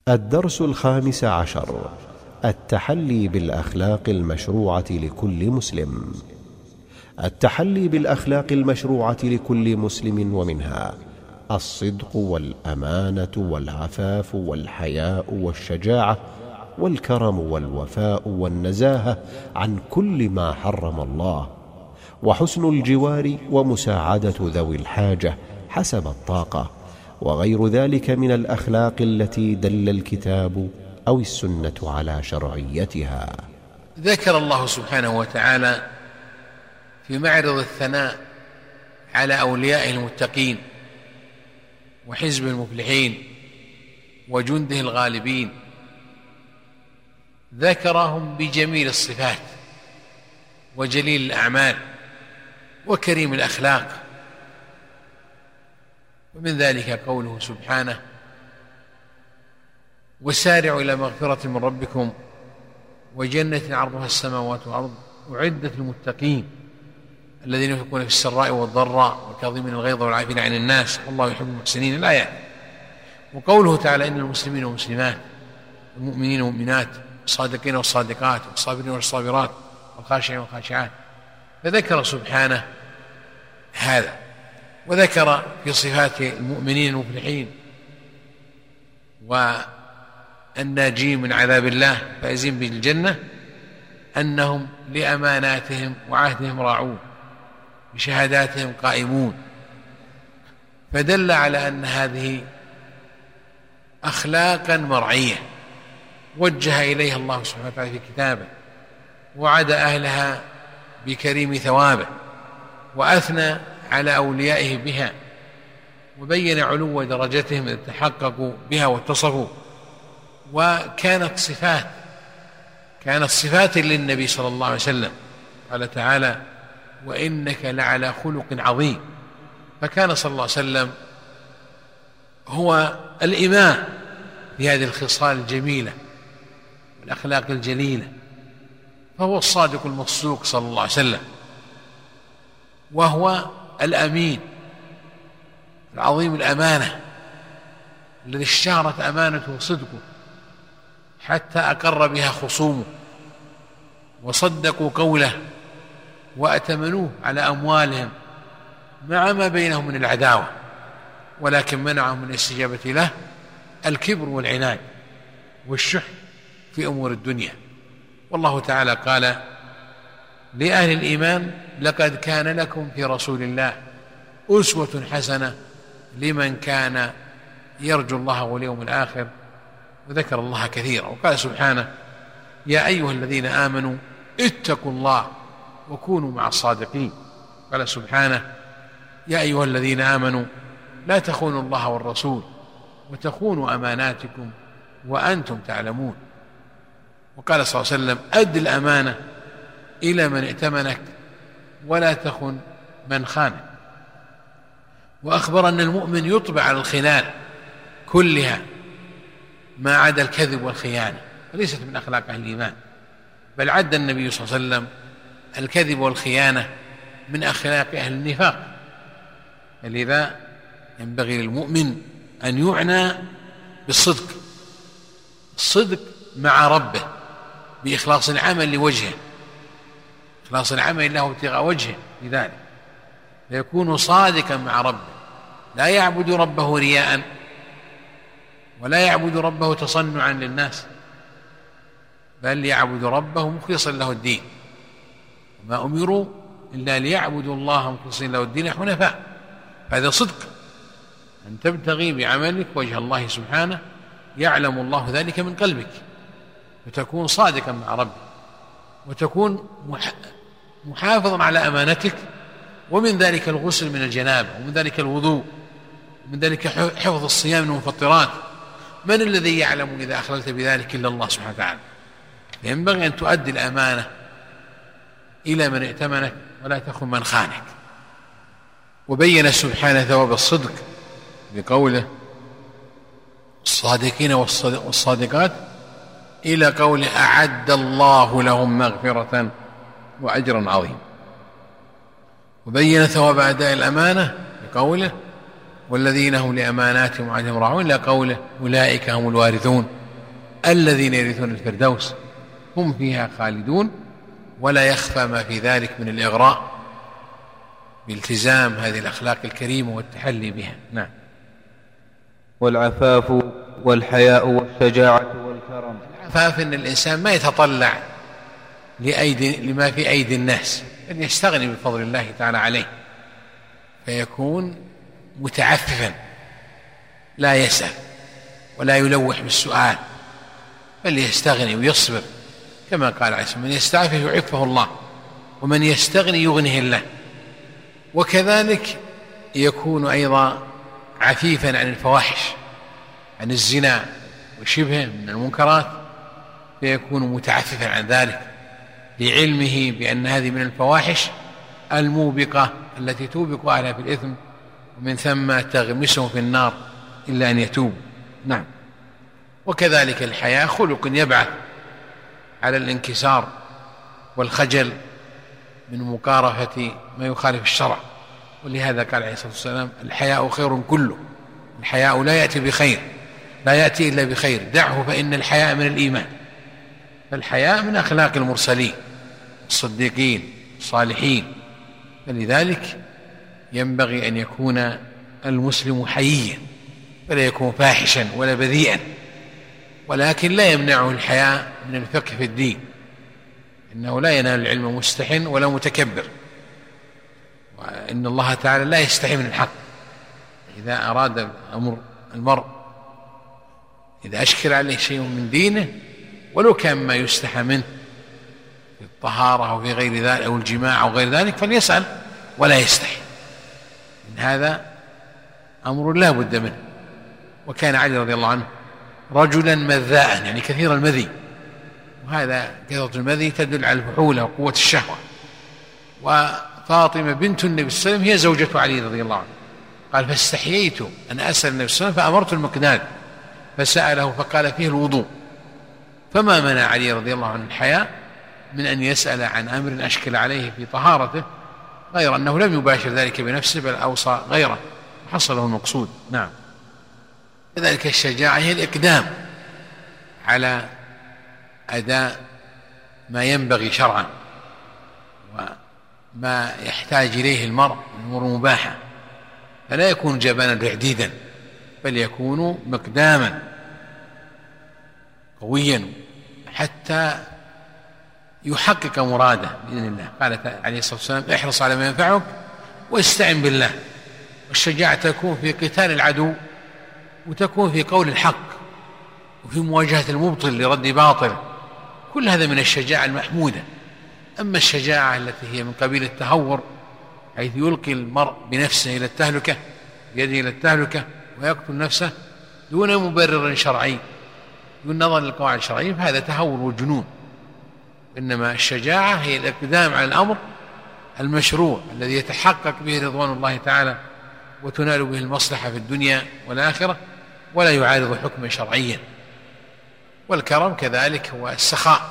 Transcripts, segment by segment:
الدرس 15. التحلي بالأخلاق المشروعة لكل مسلم. التحلي بالأخلاق المشروعة لكل مسلم، ومنها الصدق والأمانة والعفاف والحياء والشجاعة والكرم والوفاء والنزاهة عن كل ما حرم الله، وحسن الجوار ومساعدة ذوي الحاجة حسب الطاقة، وغير ذلك من الأخلاق التي دل الكتاب أو السنة على شرعيتها. ذكر الله سبحانه وتعالى في معرض الثناء على أوليائه المتقين وحزب المفلحين وجنده الغالبين، ذكرهم بجميل الصفات وجليل الأعمال وكريم الأخلاق. ومن ذلك قوله سبحانه: وسارعوا إلى مغفرة من ربكم وجنة عرضها السماوات والأرض أعدت للمتقين الذين ينفقون في السراء والضراء والكاظمين الغيظ والعافين عن الناس والله يحب المحسنين. الآيات. وقوله تعالى: إن المسلمين والمسلمات والمؤمنين والمؤمنات والصادقين والصادقات والصابرين والصابرات والخاشعين والخاشعات. فذكر سبحانه هذا، وذكر في صفات المؤمنين المفلحين والناجين من عذاب الله فائزين بالجنة أنهم لأماناتهم وعهدهم راعون بشهاداتهم قائمون، فدل على أن هذه أخلاقا مرعية وجه إليها الله سبحانه وتعالى في كتابه، وعد أهلها بكريم ثوابه، وأثنى على أوليائه بها، وبين علو درجتهم إذ تحققوا بها واتصفوا. وكانت صفات للنبي صلى الله عليه وسلم. قال تعالى: وإنك لعلى خلق عظيم. فكان صلى الله عليه وسلم هو الإمام في هذه الخصال الجميلة والأخلاق الجليلة، فهو الصادق المصدوق صلى الله عليه وسلم، وهو الأمين العظيم الأمانة الذي اشتهرت أمانته وصدقه حتى أقر بها خصومه وصدقوا قوله وأتمنوه على أموالهم مع ما بينهم من العداوة، ولكن منعهم من الاستجابة له الكبر والعناد والشح في أمور الدنيا. والله تعالى قال لأهل الإيمان: لقد كان لكم في رسول الله أسوة حسنة لمن كان يرجو الله واليوم الآخر. وذكر الله كثيرا، وقال سبحانه: يا أيها الذين آمنوا اتقوا الله وكونوا مع الصادقين. قال سبحانه: يا أيها الذين آمنوا لا تخونوا الله والرسول وتخونوا أماناتكم وأنتم تعلمون. وقال صلى الله عليه وسلم: أد الأمانة إلى من ائتمنك ولا تخن من خانك. وأخبر أن المؤمن يطبع على الخلال كلها ما عدا الكذب والخيانة، وليست من أخلاق أهل الإيمان، بل عد النبي صلى الله عليه وسلم الكذب والخيانة من أخلاق أهل النفاق. فلذا ينبغي للمؤمن أن يعنى بالصدق، الصدق مع ربه بإخلاص العمل لوجهه، إخلاص العمل له ابتغاء وجهه، لذلك فيكون صادقا مع ربه، لا يعبد ربه رياء ولا يعبد ربه تصنعا للناس، بل يعبد ربه مخلصا له الدين. وما أمروا إلا ليعبدوا الله مخلصين له الدين حنفاء. فهذا صدق، أن تبتغي بعملك وجه الله سبحانه، يعلم الله ذلك من قلبك، وتكون صادقا مع ربك، وتكون محافظا على أمانتك، ومن ذلك الغسل من الجنابة، ومن ذلك الوضوء، ومن ذلك حفظ الصيام من المفطرات. من الذي يعلم إذا أخللت بذلك إلا الله سبحانه وتعالى؟ ينبغي أن تؤدي الأمانة إلى من ائتمنك ولا تخن من خانك. وبين سبحانه ثواب الصدق بقوله: الصادقين والصادقات، إلى قوله: أعد الله لهم مغفرة وأجرا عظيما. وبين ثواب أداء الأمانة بقوله: والذين هم لأماناتهم وعهدهم راعون، إلى قوله: أولئك هم الوارثون الذين يرثون الفردوس هم فيها خالدون. ولا يخفى ما في ذلك من الإغراء بالتزام هذه الأخلاق الكريمة والتحلي بها. نعم. والعفاف والحياء والشجاعة والكرم. العفاف أن الإنسان ما يتطلع لما في أيدي الناس، بل يستغني بفضل الله تعالى عليه، فيكون متعففا لا يسأل ولا يلوح بالسؤال، بل يستغني ويصبر، كما قال عليه الصلاة والسلام: من يستعفف يعفه الله، ومن يستغني يغنه الله. وكذلك يكون أيضا عفيفا عن الفواحش، عن الزنا وشبهه من المنكرات، فيكون متعففا عن ذلك لعلمه بأن هذه من الفواحش الموبقة التي توبق أهلها في الإثم، ومن ثم تغمسه في النار إلا أن يتوب. نعم. وكذلك الحياء خلق يبعث على الانكسار والخجل من مقارفة ما يخالف الشرع، ولهذا قال عليه الصلاة والسلام: الحياء خير كله. الحياء لا يأتي بخير، لا يأتي إلا بخير، دعه فإن الحياء من الإيمان. فالحياء من أخلاق المرسلين الصديقين الصالحين، فلذلك ينبغي أن يكون المسلم حييا، فلا يكون فاحشا ولا بذيئا، ولكن لا يمنعه الحياء من الفقه في الدين، إنه لا ينال العلم مستحن ولا متكبر، وإن الله تعالى لا يستحي من الحق. إذا أراد المرء إذا أشكل عليه شيء من دينه ولو كان ما يستحى منه في الطهارة أو في غير ذلك أو الجماع أو غير ذلك فليسأل ولا يستحي، إن هذا أمر لا بد منه. وكان علي رضي الله عنه رجلا مذاء، يعني كثير المذي، وهذا كثرة المذي تدل على الفحولة وقوة الشهوة. وفاطمة بنت النبي صلى الله عليه وسلم هي زوجة علي رضي الله عنه، قال: فاستحييت أن أسأل النبي صلى الله عليه وسلم فأمرت المقداد فسأله فقال فيه الوضوء. فما منع علي رضي الله عنه الحياء من أن يسأل عن أمر أشكل عليه في طهارته، غير أنه لم يباشر ذلك بنفسه بل أوصى غيره وحصله المقصود. نعم. كذلك الشجاعة هي الإقدام على أداء ما ينبغي شرعا وما يحتاج إليه المرء من أمور مباحة، فلا يكون جبانا رعديدا، بل يكون مقداما قويا حتى يحقق مراده بإذن الله. قال عليه الصلاة والسلام: احرص على ما ينفعك واستعن بالله. والشجاعة تكون في قتال العدو، وتكون في قول الحق، وفي مواجهة المبطل لرد باطله، كل هذا من الشجاعة المحمودة. أما الشجاعة التي هي من قبيل التهور، حيث يلقي المرء بنفسه إلى التهلكة، بيده إلى التهلكة ويقتل نفسه دون مبرر شرعي، دون نظر للقواعد الشرعية، فهذا تهور وجنون. إنما الشجاعة هي الإقدام على الأمر المشروع الذي يتحقق به رضوان الله تعالى وتنال به المصلحة في الدنيا والآخرة، ولا يعارض حكما شرعيا. والكرم كذلك هو السخاء،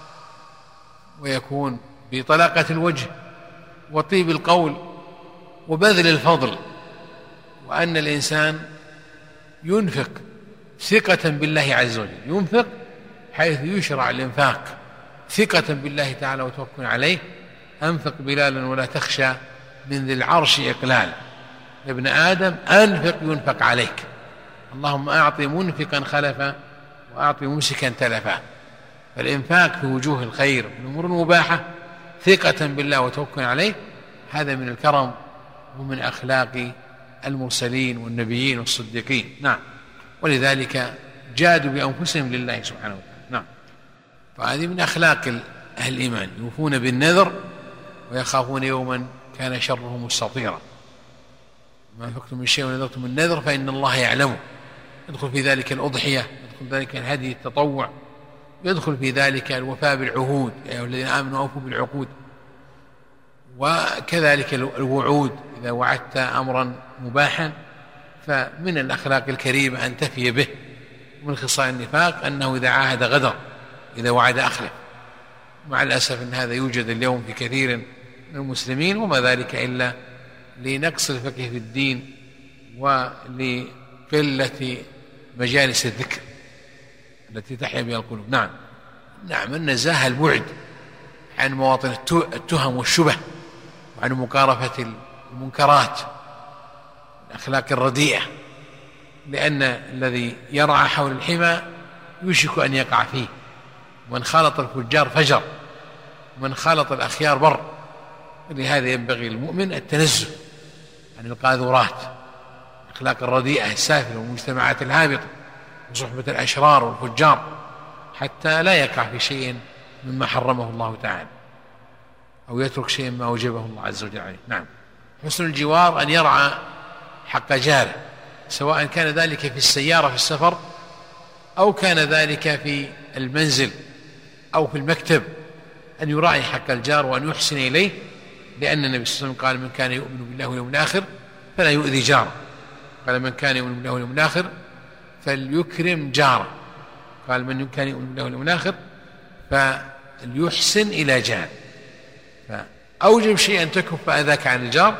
ويكون بطلاقة الوجه وطيب القول وبذل الفضل، وأن الإنسان ينفق ثقة بالله عز وجل، ينفق حيث يشرع الإنفاق ثقة بالله تعالى وتوكل عليه. أنفق بلالا ولا تخشى من ذي العرش إقلال، يا ابن آدم أنفق ينفق عليك، اللهم أعطي منفقا خلفا وأعطي ممسكا تلفا. فالإنفاق في وجوه الخير في الأمور المباحة ثقة بالله وتوكل عليه، هذا من الكرم ومن أخلاق المرسلين والنبيين والصديقين. نعم. ولذلك جادوا بأنفسهم لله سبحانه وتعالى. نعم. فهذه من أخلاق أهل الإيمان، يوفون بالنذر ويخافون يوما كان شره مستطيرا. ما أنفقتم من شيء ونذرتم من نذر فإن الله يعلمه. يدخل في ذلك الأضحية، يدخل ذلك الهدي التطوع، يدخل في ذلك الوفاء بالعهود، يا أيها الذين آمنوا أوفوا بالعقود. وكذلك الوعود، إذا وعدت أمرا مباحا فمن الأخلاق الكريمة أن تفي به. ومن خصال النفاق أنه إذا عاهد غدر، إذا وعد أخلف. مع الأسف أن هذا يوجد اليوم في كثير من المسلمين، وما ذلك إلا لنقص الفقه في الدين ولقلة مجالس الذكر. التي تحيا بها القلوب. نعم النزاهة البعد عن مواطن التهم والشبه، وعن مقارفة المنكرات الأخلاق الرديئة، لأن الذي يرعى حول الحمى يوشك أن يقع فيه. ومن خالط الفجار فجر، ومن خالط الأخيار بر. لهذا ينبغي للمؤمن التنزه عن القاذورات، الأخلاق الرديئة السافلة والمجتمعات الهابطة وصحبة الأشرار والفجار، حتى لا يقع في شيء مما حرمه الله تعالى، أو يترك شيء ما أوجبه الله عز وجل عليه. نعم حسن الجوار أن يرعى حق جاره، سواء كان ذلك في السيارة في السفر، أو كان ذلك في المنزل أو في المكتب، أن يراعي حق الجار وأن يحسن إليه، لأن النبي صلى الله عليه وسلم قال: من كان يؤمن بالله واليوم الآخر فلا يؤذي جاره. قال: من كان يؤمن بالله واليوم الآخر فليكرم جاره. قال: من كان يؤمن بالله واليوم الآخر فليحسن إلى جاره. فأوجب شيء أن تكف أذاك عن الجار،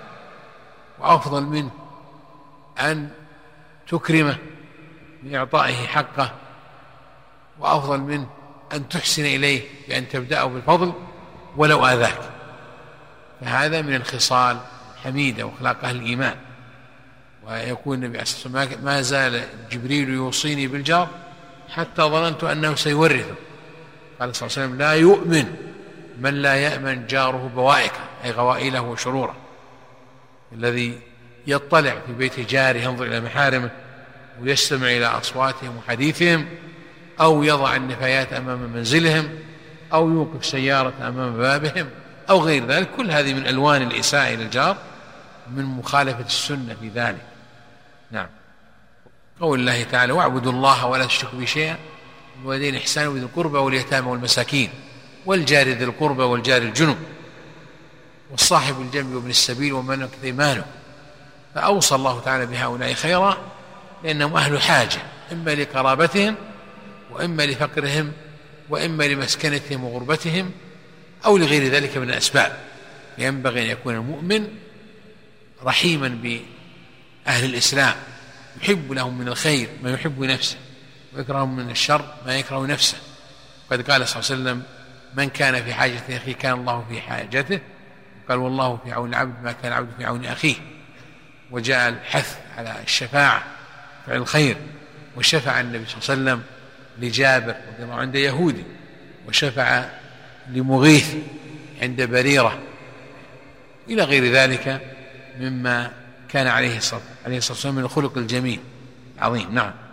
وأفضل منه أن تكرمه بإعطائه حقه، وأفضل منه أن تحسن إليه بأن تبدأه بالفضل ولو آذاك. فهذا من الخصال الحميدة وأخلاق أهل الإيمان. ويكون النبي عليه الصلاة والسلام: ما زال جبريل يوصيني بالجار حتى ظننت أنه سيورثه. قال صلى الله عليه وسلم: لا يؤمن من لا يأمن جاره بوائكه، أي غوائله وشروره. الذي يطلع في بيت جاره ينظر إلى محارمه ويستمع إلى أصواتهم وحديثهم، أو يضع النفايات أمام منزلهم، أو يوقف سيارة أمام بابهم، أو غير ذلك، كل هذه من ألوان الإساءة إلى الجار، من مخالفة السنة في ذلك. نعم قول الله تعالى: واعبدوا الله ولا تشركوا به شيئا وبالوالدين إحسانا وذي القربى واليتامى والمساكين والجار ذي القربى والجار الجنب والصاحب الجنب وابن السبيل ومن ملكت أيمانه. فأوصى الله تعالى بهؤلاء خيرا، لأنهم أهل حاجة، إما لقرابتهم، وإما لفقرهم، وإما لمسكنتهم وغربتهم، أو لغير ذلك من الأسباب. ينبغي أن يكون المؤمن رحيما بأهل الإسلام، يحب لهم من الخير ما يحب نفسه، ويكره من الشر ما يكره نفسه. قد قال صلى الله عليه وسلم: من كان في حاجة أخيه كان الله في حاجته. قال: والله في عون العبد ما كان العبد في عون أخيه. وجاء الحث على الشفاعة فعل الخير، وشفع النبي صلى الله عليه وسلم لجابر رضي الله عنه عند يهودي، وشفع لمغيث عند بريرة، إلى غير ذلك مما كان عليه الصلاة والسلام من الخلق الجميل العظيم. نعم